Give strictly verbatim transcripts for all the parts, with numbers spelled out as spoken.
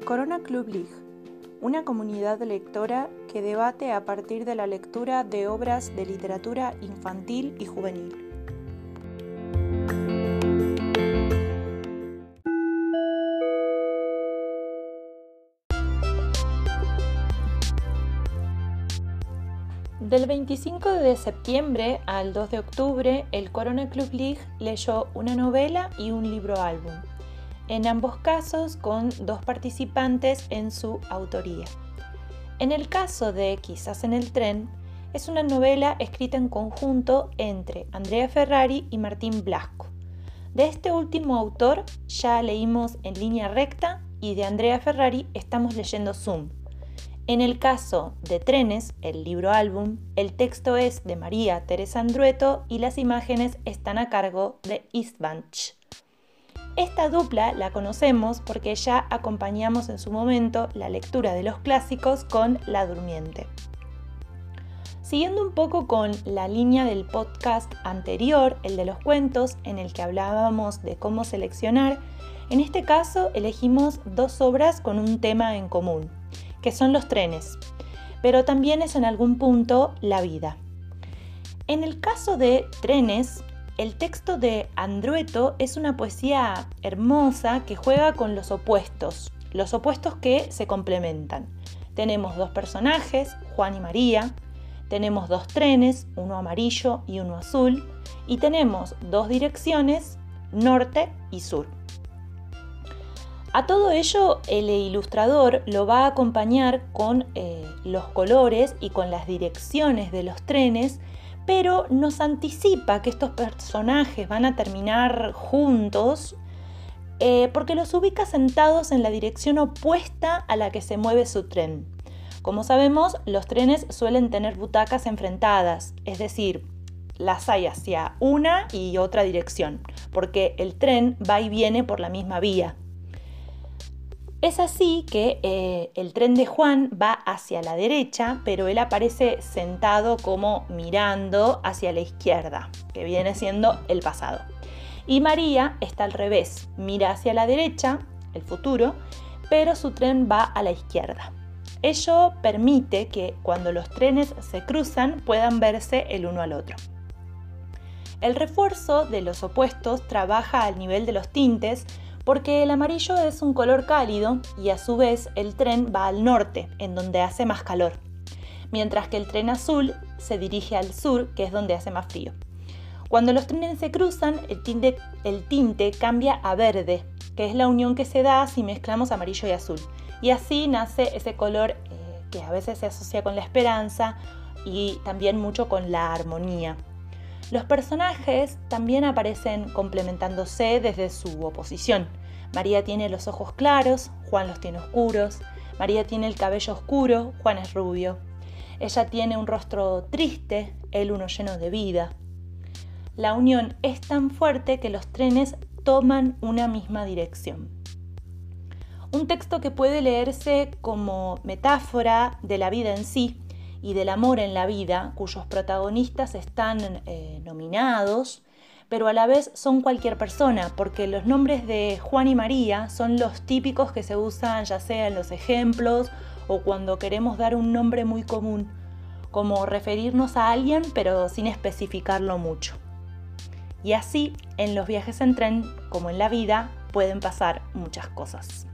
Corona Club Lig, una comunidad lectora que debate a partir de la lectura de obras de literatura infantil y juvenil. Del veinticinco de septiembre al dos de octubre, el Corona Club Lig leyó una novela y un libro álbum, en ambos casos con dos participantes en su autoría. En el caso de Quizás en el tren, es una novela escrita en conjunto entre Andrea Ferrari y Martín Blasco. De este último autor ya leímos En línea recta y de Andrea Ferrari estamos leyendo Zoom. En el caso de Trenes, el libro álbum, el texto es de María Teresa Andrueto y las imágenes están a cargo de Istvanch. Esta dupla la conocemos porque ya acompañamos en su momento la lectura de los clásicos con La Durmiente. Siguiendo un poco con la línea del podcast anterior, el de los cuentos, en el que hablábamos de cómo seleccionar, en este caso elegimos dos obras con un tema en común, que son los trenes, pero también es en algún punto la vida. En el caso de Trenes, el texto de Andrueto es una poesía hermosa que juega con los opuestos, los opuestos que se complementan. Tenemos dos personajes, Juan y María, tenemos dos trenes, uno amarillo y uno azul, y tenemos dos direcciones, norte y sur. A todo ello, el ilustrador lo va a acompañar con eh, los colores y con las direcciones de los trenes, pero nos anticipa que estos personajes van a terminar juntos eh, porque los ubica sentados en la dirección opuesta a la que se mueve su tren. Como sabemos, los trenes suelen tener butacas enfrentadas, es decir, las hay hacia una y otra dirección, porque el tren va y viene por la misma vía. Es así que eh, el tren de Juan va hacia la derecha, pero él aparece sentado como mirando hacia la izquierda, que viene siendo el pasado. Y María está al revés, mira hacia la derecha, el futuro, pero su tren va a la izquierda. Ello permite que cuando los trenes se cruzan puedan verse el uno al otro. El refuerzo de los opuestos trabaja al nivel de los tintes, porque el amarillo es un color cálido y a su vez el tren va al norte, en donde hace más calor, mientras que el tren azul se dirige al sur, que es donde hace más frío. Cuando los trenes se cruzan, el tinte, el tinte cambia a verde, que es la unión que se da si mezclamos amarillo y azul. Y así nace ese color eh, que a veces se asocia con la esperanza y también mucho con la armonía. Los personajes también aparecen complementándose desde su oposición. María tiene los ojos claros, Juan los tiene oscuros. María tiene el cabello oscuro, Juan es rubio. Ella tiene un rostro triste, él uno lleno de vida. La unión es tan fuerte que los trenes toman una misma dirección. Un texto que puede leerse como metáfora de la vida en sí, y del amor en la vida, cuyos protagonistas están eh, nominados, pero a la vez son cualquier persona, porque los nombres de Juan y María son los típicos que se usan ya sea en los ejemplos o cuando queremos dar un nombre muy común, como referirnos a alguien pero sin especificarlo mucho. Y así, en los viajes en tren, como en la vida, pueden pasar muchas cosas.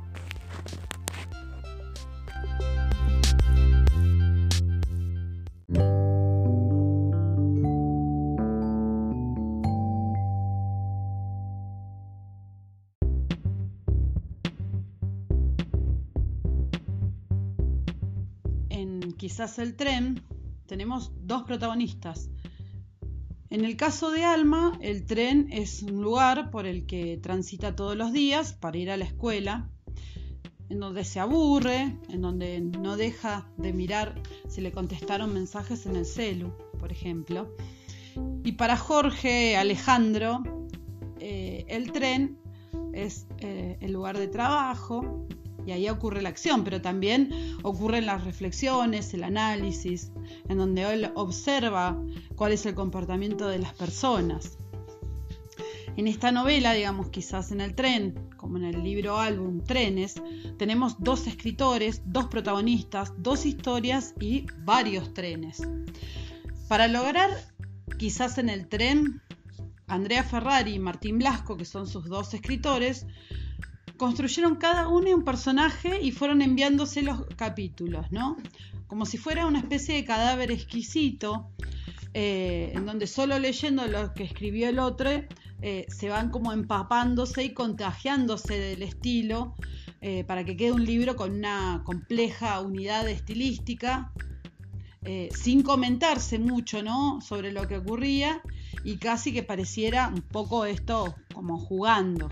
Quizás el tren, tenemos dos protagonistas. En el caso de Alma, el tren es un lugar por el que transita todos los días para ir a la escuela, en donde se aburre, en donde no deja de mirar si le contestaron mensajes en el celu, por ejemplo. Y para Jorge Alejandro, eh, el tren es eh, el lugar de trabajo, y ahí ocurre la acción, pero también ocurren las reflexiones, el análisis, en donde él observa cuál es el comportamiento de las personas. En esta novela, digamos, quizás en el tren, como en el libro álbum Trenes, tenemos dos escritores, dos protagonistas, dos historias y varios trenes. Para lograr, quizás en el tren, Andrea Ferrari y Martín Blasco, que son sus dos escritores, construyeron cada uno un personaje y fueron enviándose los capítulos, ¿no? Como si fuera una especie de cadáver exquisito, eh, en donde solo leyendo lo que escribió el otro, eh, se van como empapándose y contagiándose del estilo, eh, para que quede un libro con una compleja unidad estilística, eh, sin comentarse mucho, ¿no?, sobre lo que ocurría, y casi que pareciera un poco esto como jugando.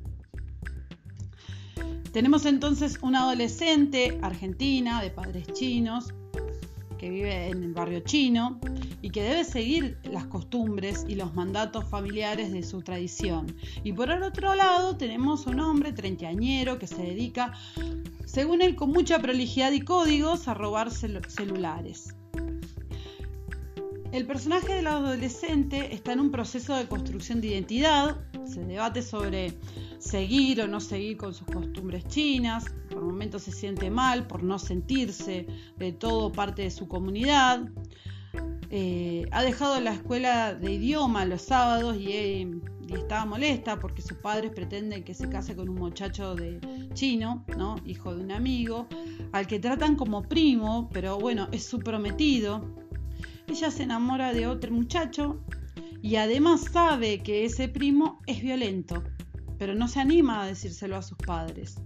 Tenemos entonces una adolescente argentina de padres chinos que vive en el barrio chino y que debe seguir las costumbres y los mandatos familiares de su tradición. Y por el otro lado tenemos un hombre treintañero que se dedica, según él, con mucha prolijidad y códigos, a robar cel- celulares. El personaje del adolescente está en un proceso de construcción de identidad, se debate sobre seguir o no seguir con sus costumbres chinas, por momentos se siente mal por no sentirse de todo parte de su comunidad, eh, ha dejado la escuela de idioma los sábados y, eh, y estaba molesta porque sus padres pretenden que se case con un muchacho de chino, ¿no?, hijo de un amigo, al que tratan como primo, pero bueno, es su prometido. Ella se enamora de otro muchacho y además sabe que ese primo es violento, pero no se anima a decírselo a sus padres.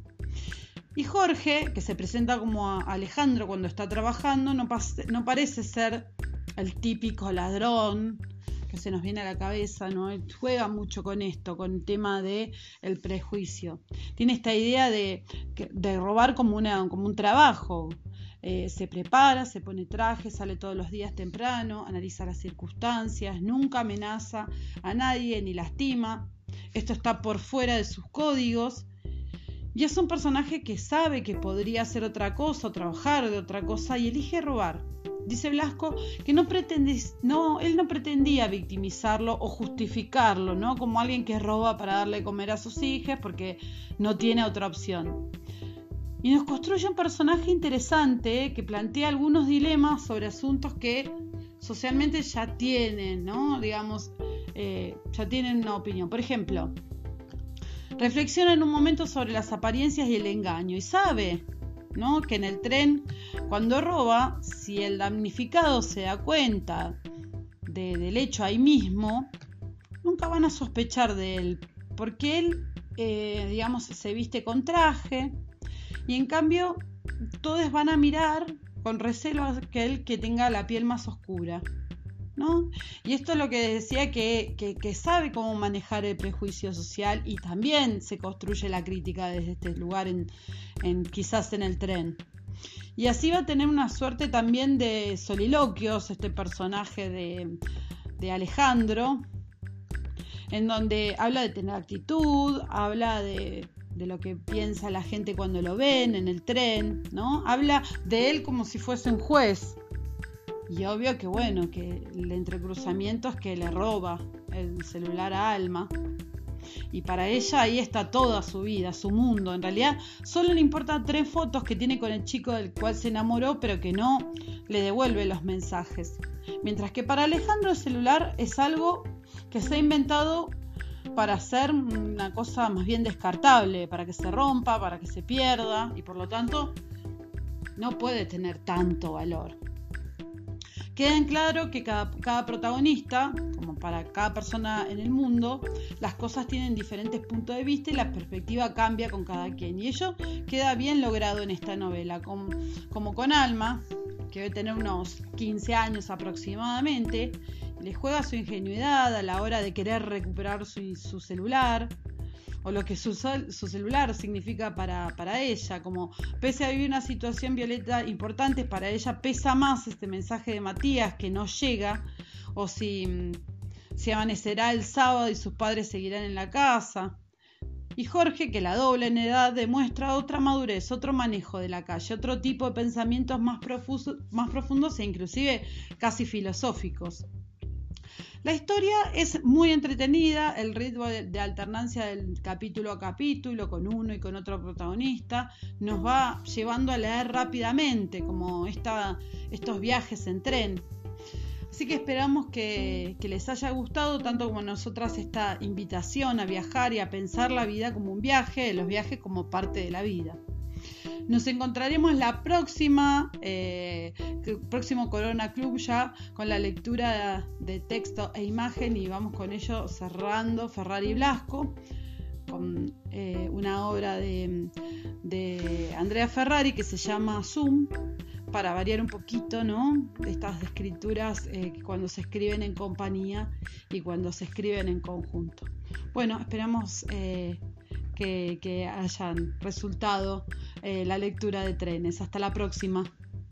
Y Jorge, que se presenta como Alejandro cuando está trabajando, no, pase, no parece ser el típico ladrón que se nos viene a la cabeza, ¿no? Él juega mucho con esto, con el tema de el prejuicio. Tiene esta idea de, de robar como, una, como un trabajo. Eh, se prepara, se pone traje, sale todos los días temprano, analiza las circunstancias, nunca amenaza a nadie ni lastima. Esto está por fuera de sus códigos y es un personaje que sabe que podría hacer otra cosa o trabajar de otra cosa y elige robar. Dice Blasco que no pretende, no, él no pretendía victimizarlo o justificarlo, ¿no?, como alguien que roba para darle de comer a sus hijas porque no tiene otra opción. Y nos construye un personaje interesante, ¿eh?, que plantea algunos dilemas sobre asuntos que socialmente ya tienen, ¿no? Digamos, eh, ya tienen una opinión. Por ejemplo, reflexiona en un momento sobre las apariencias y el engaño y sabe, ¿no?, que en el tren, cuando roba, si el damnificado se da cuenta de, del hecho ahí mismo, nunca van a sospechar de él, porque él, eh, digamos, se viste con traje. Y en cambio, todos van a mirar con recelo a aquel que tenga la piel más oscura, ¿no? Y esto es lo que decía, que, que, que sabe cómo manejar el prejuicio social y también se construye la crítica desde este lugar, en, en, quizás en el tren. Y así va a tener una suerte también de soliloquios, este personaje de, de Alejandro, en donde habla de tener actitud, habla de... de lo que piensa la gente cuando lo ven en el tren, ¿no? Habla de él como si fuese un juez. Y obvio que, bueno, que el entrecruzamiento es que le roba el celular a Alma. Y para ella ahí está toda su vida, su mundo. En realidad solo le importan tres fotos que tiene con el chico del cual se enamoró, pero que no le devuelve los mensajes. Mientras que para Alejandro el celular es algo que se ha inventado para hacer una cosa más bien descartable, para que se rompa, para que se pierda, y por lo tanto no puede tener tanto valor. Queda en claro que cada, cada protagonista, como para cada persona en el mundo, las cosas tienen diferentes puntos de vista y la perspectiva cambia con cada quien, y ello queda bien logrado en esta novela, como, como con Alma, que debe tener unos quince años aproximadamente. Le juega su ingenuidad a la hora de querer recuperar su, su celular, o lo que su, su celular significa para, para ella, como pese a vivir una situación violenta importante, para ella pesa más este mensaje de Matías que no llega, o si, si amanecerá el sábado y sus padres seguirán en la casa. Y Jorge, que la dobla en edad, demuestra otra madurez, otro manejo de la calle, otro tipo de pensamientos más, profuso, más profundos e inclusive casi filosóficos. La historia es muy entretenida, el ritmo de, de alternancia del capítulo a capítulo, con uno y con otro protagonista, nos va llevando a leer rápidamente, como esta, estos viajes en tren. Así que esperamos que, que les haya gustado tanto como a nosotras esta invitación a viajar y a pensar la vida como un viaje, los viajes como parte de la vida. Nos encontraremos la próxima, eh, el próximo Corona Club ya con la lectura de texto e imagen, y vamos con ello cerrando Ferrari Blasco con eh, una obra de, de Andrea Ferrari que se llama Zoom, para variar un poquito, ¿no?, de estas escrituras eh, cuando se escriben en compañía y cuando se escriben en conjunto. Bueno, esperamos eh, que, que hayan resultado eh, la lectura de Trenes. Hasta la próxima.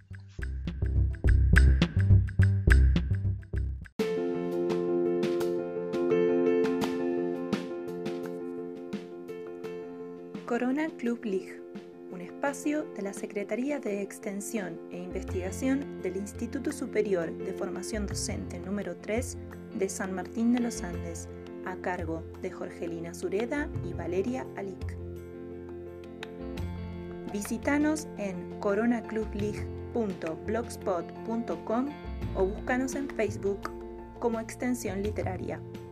Corona Club Lig, un espacio de la Secretaría de Extensión e Investigación del Instituto Superior de Formación Docente número tres de San Martín de los Andes, a cargo de Jorgelina Sureda y Valeria Alic. Visítanos en coronaclublig punto blogspot punto com o búscanos en Facebook como Extensión Literaria.